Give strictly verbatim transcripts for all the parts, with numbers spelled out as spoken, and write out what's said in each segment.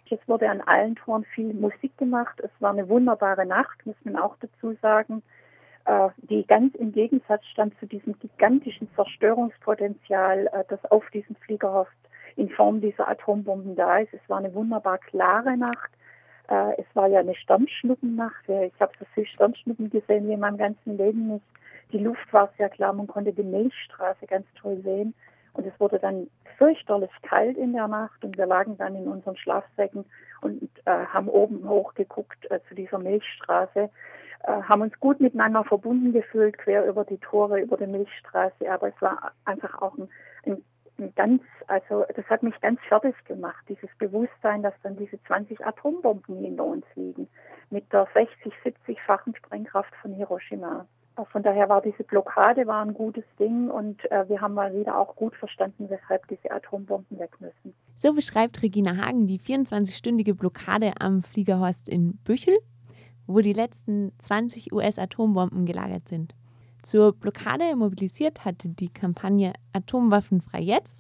Es wurde an allen Toren viel Musik gemacht. Es war eine wunderbare Nacht, muss man auch dazu sagen, äh, die ganz im Gegensatz stand zu diesem gigantischen Zerstörungspotenzial, äh, das auf diesem Fliegerhost in Form dieser Atombomben da ist. Es war eine wunderbar klare Nacht. Äh, es war ja eine Sternschnuppennacht. Ich habe so viele Sternschnuppen gesehen wie in meinem ganzen Leben nicht. Die Luft war sehr klar, man konnte die Milchstraße ganz toll sehen. Und es wurde dann fürchterlich kalt in der Nacht und wir lagen dann in unseren Schlafsäcken und äh, haben oben hochgeguckt äh, zu dieser Milchstraße, äh, haben uns gut miteinander verbunden gefühlt, quer über die Tore, über die Milchstraße. Aber es war einfach auch ein, ein, ein ganz, also das hat mich ganz fertig gemacht, dieses Bewusstsein, dass dann diese zwanzig Atombomben hinter uns liegen, mit der sechzig-, siebzig-fachen Sprengkraft von Hiroshima. Von daher war diese Blockade war ein gutes Ding und äh, wir haben mal wieder auch gut verstanden, weshalb diese Atombomben weg müssen. So beschreibt Regina Hagen die vierundzwanzigstündige Blockade am Fliegerhorst in Büchel, wo die letzten zwanzig U S-Atombomben gelagert sind. Zur Blockade mobilisiert hatte die Kampagne Atomwaffenfrei jetzt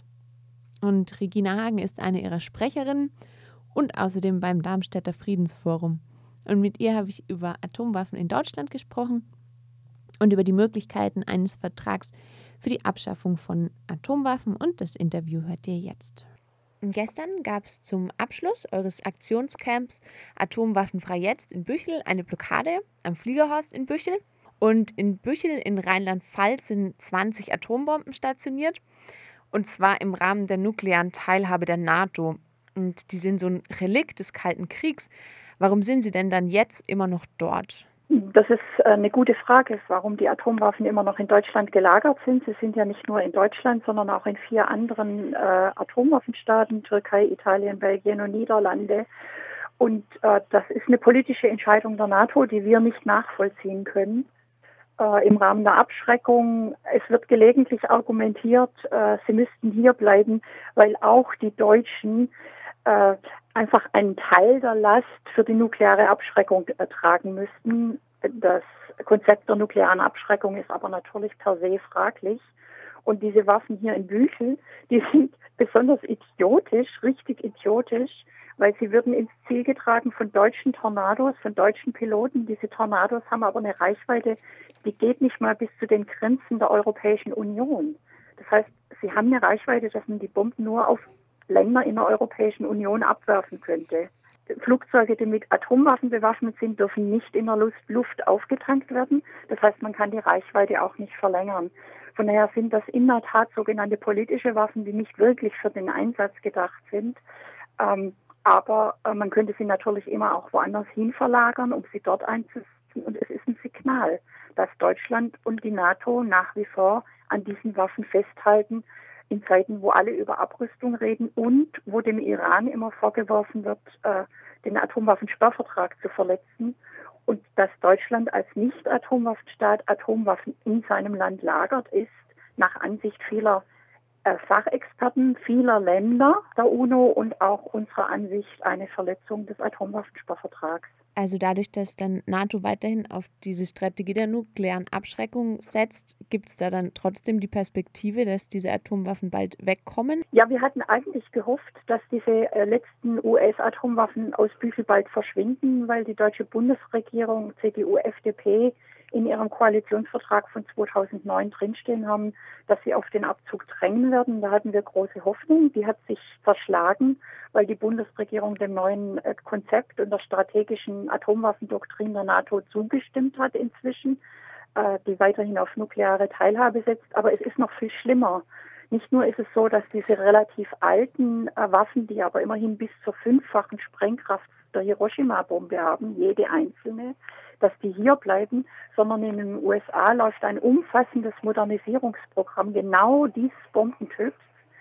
und Regina Hagen ist eine ihrer Sprecherinnen und außerdem beim Darmstädter Friedensforum. Und mit ihr habe ich über Atomwaffen in Deutschland gesprochen und über die Möglichkeiten eines Vertrags für die Abschaffung von Atomwaffen und das Interview hört ihr jetzt. Gestern gab es zum Abschluss eures Aktionscamps Atomwaffenfrei jetzt in Büchel eine Blockade am Fliegerhorst in Büchel. Und in Büchel in Rheinland-Pfalz sind zwanzig Atombomben stationiert und zwar im Rahmen der nuklearen Teilhabe der NATO. Und die sind so ein Relikt des Kalten Kriegs. Warum sind sie denn dann jetzt immer noch dort? Das ist eine gute Frage, warum die Atomwaffen immer noch in Deutschland gelagert sind. Sie sind ja nicht nur in Deutschland, sondern auch in vier anderen äh, Atomwaffenstaaten, Türkei, Italien, Belgien und Niederlande. Und äh, das ist eine politische Entscheidung der NATO, die wir nicht nachvollziehen können. Äh, Im Rahmen der Abschreckung, es wird gelegentlich argumentiert, äh, sie müssten hier bleiben, weil auch die Deutschen äh, einfach einen Teil der Last für die nukleare Abschreckung äh, tragen müssten. Das Konzept der nuklearen Abschreckung ist aber natürlich per se fraglich. Und diese Waffen hier in Büchel, die sind besonders idiotisch, richtig idiotisch, weil sie würden ins Ziel getragen von deutschen Tornados, von deutschen Piloten. Diese Tornados haben aber eine Reichweite, die geht nicht mal bis zu den Grenzen der Europäischen Union. Das heißt, sie haben eine Reichweite, dass man die Bomben nur auf Länder in der Europäischen Union abwerfen könnte. Flugzeuge, die mit Atomwaffen bewaffnet sind, dürfen nicht in der Luft aufgetankt werden. Das heißt, man kann die Reichweite auch nicht verlängern. Von daher sind das in der Tat sogenannte politische Waffen, die nicht wirklich für den Einsatz gedacht sind. Ähm, aber äh, man könnte sie natürlich immer auch woanders hin verlagern, um sie dort einzusetzen. Und es ist ein Signal, dass Deutschland und die NATO nach wie vor an diesen Waffen festhalten, in Zeiten, wo alle über Abrüstung reden und wo dem Iran immer vorgeworfen wird, äh, den Atomwaffensperrvertrag zu verletzen und dass Deutschland als Nicht-Atomwaffenstaat Atomwaffen in seinem Land lagert, ist nach Ansicht vieler äh, Fachexperten, vieler Länder der UNO und auch unserer Ansicht eine Verletzung des Atomwaffensperrvertrags. Also dadurch, dass dann NATO weiterhin auf diese Strategie der nuklearen Abschreckung setzt, gibt es da dann trotzdem die Perspektive, dass diese Atomwaffen bald wegkommen? Ja, wir hatten eigentlich gehofft, dass diese äh, letzten U S-Atomwaffen aus Büchel bald verschwinden, weil die deutsche Bundesregierung, C D U, F D P, in ihrem Koalitionsvertrag von zweitausendneun drinstehen haben, dass sie auf den Abzug drängen werden. Da hatten wir große Hoffnung. Die hat sich zerschlagen, weil die Bundesregierung dem neuen äh, Konzept und der strategischen Atomwaffendoktrin der NATO zugestimmt hat inzwischen, äh, die weiterhin auf nukleare Teilhabe setzt. Aber es ist noch viel schlimmer. Nicht nur ist es so, dass diese relativ alten äh, Waffen, die aber immerhin bis zur fünffachen Sprengkraft der Hiroshima-Bombe haben, jede einzelne, dass die hier bleiben, sondern in den U S A läuft ein umfassendes Modernisierungsprogramm genau dieses Bombentyps.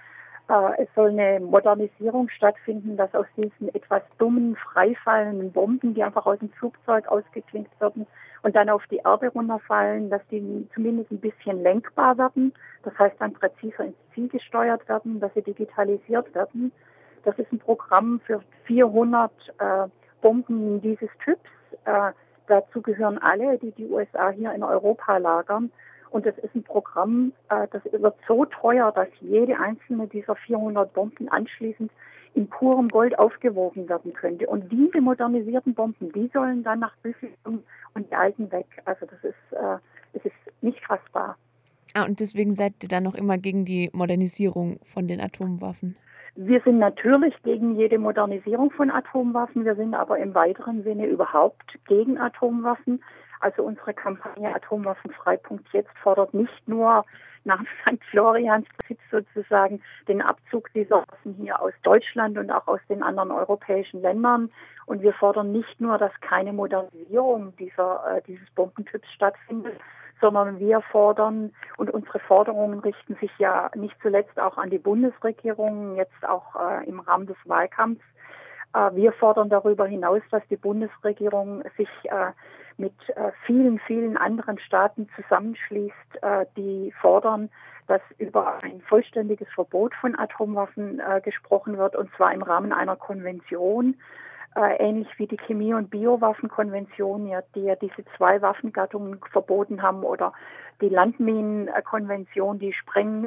Äh, es soll eine Modernisierung stattfinden, dass aus diesen etwas dummen, freifallenden Bomben, die einfach aus dem Flugzeug ausgeklinkt werden und dann auf die Erde runterfallen, dass die zumindest ein bisschen lenkbar werden, das heißt dann präziser ins Ziel gesteuert werden, dass sie digitalisiert werden. Das ist ein Programm für vierhundert äh, Bomben dieses Typs. Äh, dazu gehören alle, die die U S A hier in Europa lagern. Und das ist ein Programm, äh, das wird so teuer, dass jede einzelne dieser vierhundert Bomben anschließend in purem Gold aufgewogen werden könnte. Und diese modernisierten Bomben, die sollen dann nach Büffel und die alten weg. Also das ist, äh, das ist nicht fassbar. Ah, und deswegen seid ihr dann noch immer gegen die Modernisierung von den Atomwaffen? Wir sind natürlich gegen jede Modernisierung von Atomwaffen. Wir sind aber im weiteren Sinne überhaupt gegen Atomwaffen. Also unsere Kampagne Atomwaffenfrei.jetzt fordert nicht nur nach Sankt Florians Prinzip sozusagen den Abzug dieser Waffen hier aus Deutschland und auch aus den anderen europäischen Ländern. Und wir fordern nicht nur, dass keine Modernisierung dieser, äh, dieses Bombentyps stattfindet, sondern wir fordern, und unsere Forderungen richten sich ja nicht zuletzt auch an die Bundesregierung, jetzt auch äh, im Rahmen des Wahlkampfs. Äh, wir fordern darüber hinaus, dass die Bundesregierung sich äh, mit äh, vielen, vielen anderen Staaten zusammenschließt, äh, die fordern, dass über ein vollständiges Verbot von Atomwaffen äh, gesprochen wird, und zwar im Rahmen einer Konvention, Äh, ähnlich wie die Chemie- und Biowaffenkonvention, ja, die ja diese zwei Waffengattungen verboten haben, oder die Landminenkonvention, die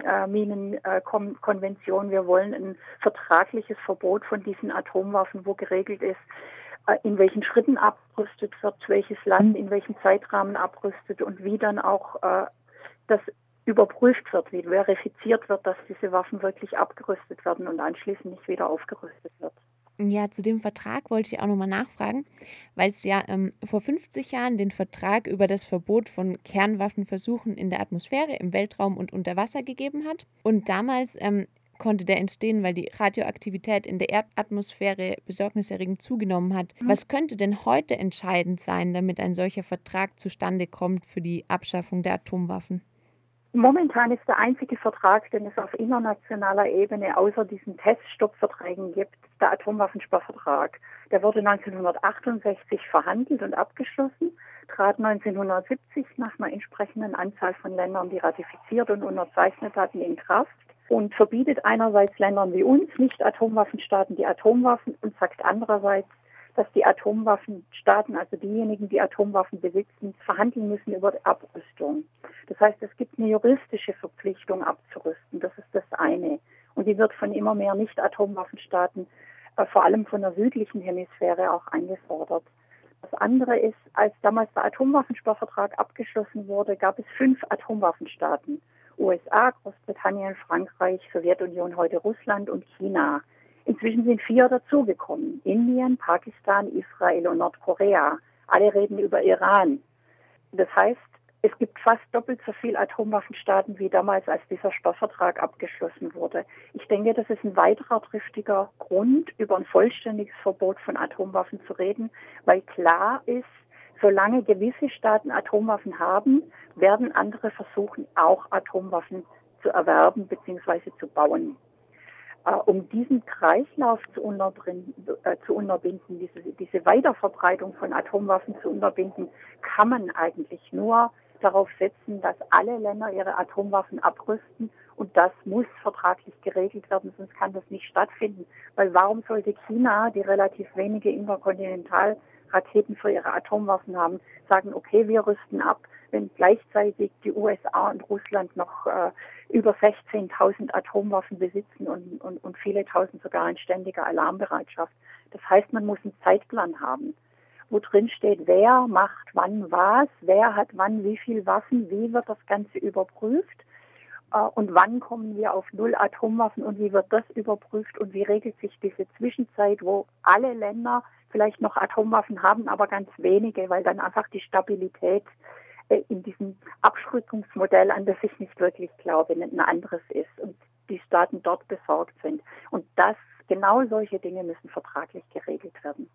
Sprengminenkonvention. Wir wollen ein vertragliches Verbot von diesen Atomwaffen, wo geregelt ist, äh, in welchen Schritten abrüstet wird, welches Land in welchem Zeitrahmen abrüstet und wie dann auch äh, das überprüft wird, wie verifiziert wird, dass diese Waffen wirklich abgerüstet werden und anschließend nicht wieder aufgerüstet wird. Ja, zu dem Vertrag wollte ich auch nochmal nachfragen, weil es ja ähm, vor fünfzig Jahren den Vertrag über das Verbot von Kernwaffenversuchen in der Atmosphäre, im Weltraum und unter Wasser gegeben hat. Und damals ähm, konnte der entstehen, weil die Radioaktivität in der Erdatmosphäre besorgniserregend zugenommen hat. Was könnte denn heute entscheidend sein, damit ein solcher Vertrag zustande kommt für die Abschaffung der Atomwaffen? Momentan ist der einzige Vertrag, den es auf internationaler Ebene außer diesen Teststoppverträgen gibt, der Atomwaffensperrvertrag. Der wurde neunzehnhundertachtundsechzig verhandelt und abgeschlossen, trat neunzehnhundertsiebzig nach einer entsprechenden Anzahl von Ländern, die ratifiziert und unterzeichnet hatten, in Kraft und verbietet einerseits Ländern wie uns, nicht Atomwaffenstaaten, die Atomwaffen, und sagt andererseits, dass die Atomwaffenstaaten, also diejenigen, die Atomwaffen besitzen, verhandeln müssen über die Abrüstung. Das heißt, es gibt eine juristische Verpflichtung abzurüsten. Das ist das eine. Und die wird von immer mehr Nicht-Atomwaffenstaaten, äh, vor allem von der südlichen Hemisphäre, auch eingefordert. Das andere ist, als damals der Atomwaffensperrvertrag abgeschlossen wurde, gab es fünf Atomwaffenstaaten. U S A, Großbritannien, Frankreich, Sowjetunion, heute Russland und China. Inzwischen sind vier dazugekommen. Indien, Pakistan, Israel und Nordkorea. Alle reden über Iran. Das heißt, es gibt fast doppelt so viele Atomwaffenstaaten wie damals, als dieser Sperrvertrag abgeschlossen wurde. Ich denke, das ist ein weiterer triftiger Grund, über ein vollständiges Verbot von Atomwaffen zu reden, weil klar ist, solange gewisse Staaten Atomwaffen haben, werden andere versuchen, auch Atomwaffen zu erwerben bzw. zu bauen. Uh, um diesen Kreislauf zu, äh, zu unterbinden, diese, diese Weiterverbreitung von Atomwaffen zu unterbinden, kann man eigentlich nur darauf setzen, dass alle Länder ihre Atomwaffen abrüsten, und das muss vertraglich geregelt werden, sonst kann das nicht stattfinden. Weil warum sollte China, die relativ wenige Interkontinentalraketen für ihre Atomwaffen haben, sagen, okay, wir rüsten ab, wenn gleichzeitig die U S A und Russland noch äh, über sechzehntausend Atomwaffen besitzen und, und, und viele tausend sogar in ständiger Alarmbereitschaft. Das heißt, man muss einen Zeitplan haben, wo drin steht, wer macht wann was, wer hat wann wie viel Waffen, wie wird das Ganze überprüft äh, und wann kommen wir auf null Atomwaffen und wie wird das überprüft und wie regelt sich diese Zwischenzeit, wo alle Länder vielleicht noch Atomwaffen haben, aber ganz wenige, weil dann einfach die Stabilität in diesem Abschreckungsmodell, an das ich nicht wirklich glaube, ein anderes ist und die Staaten dort besorgt sind. Und das, genau solche Dinge müssen vertraglich geregelt werden.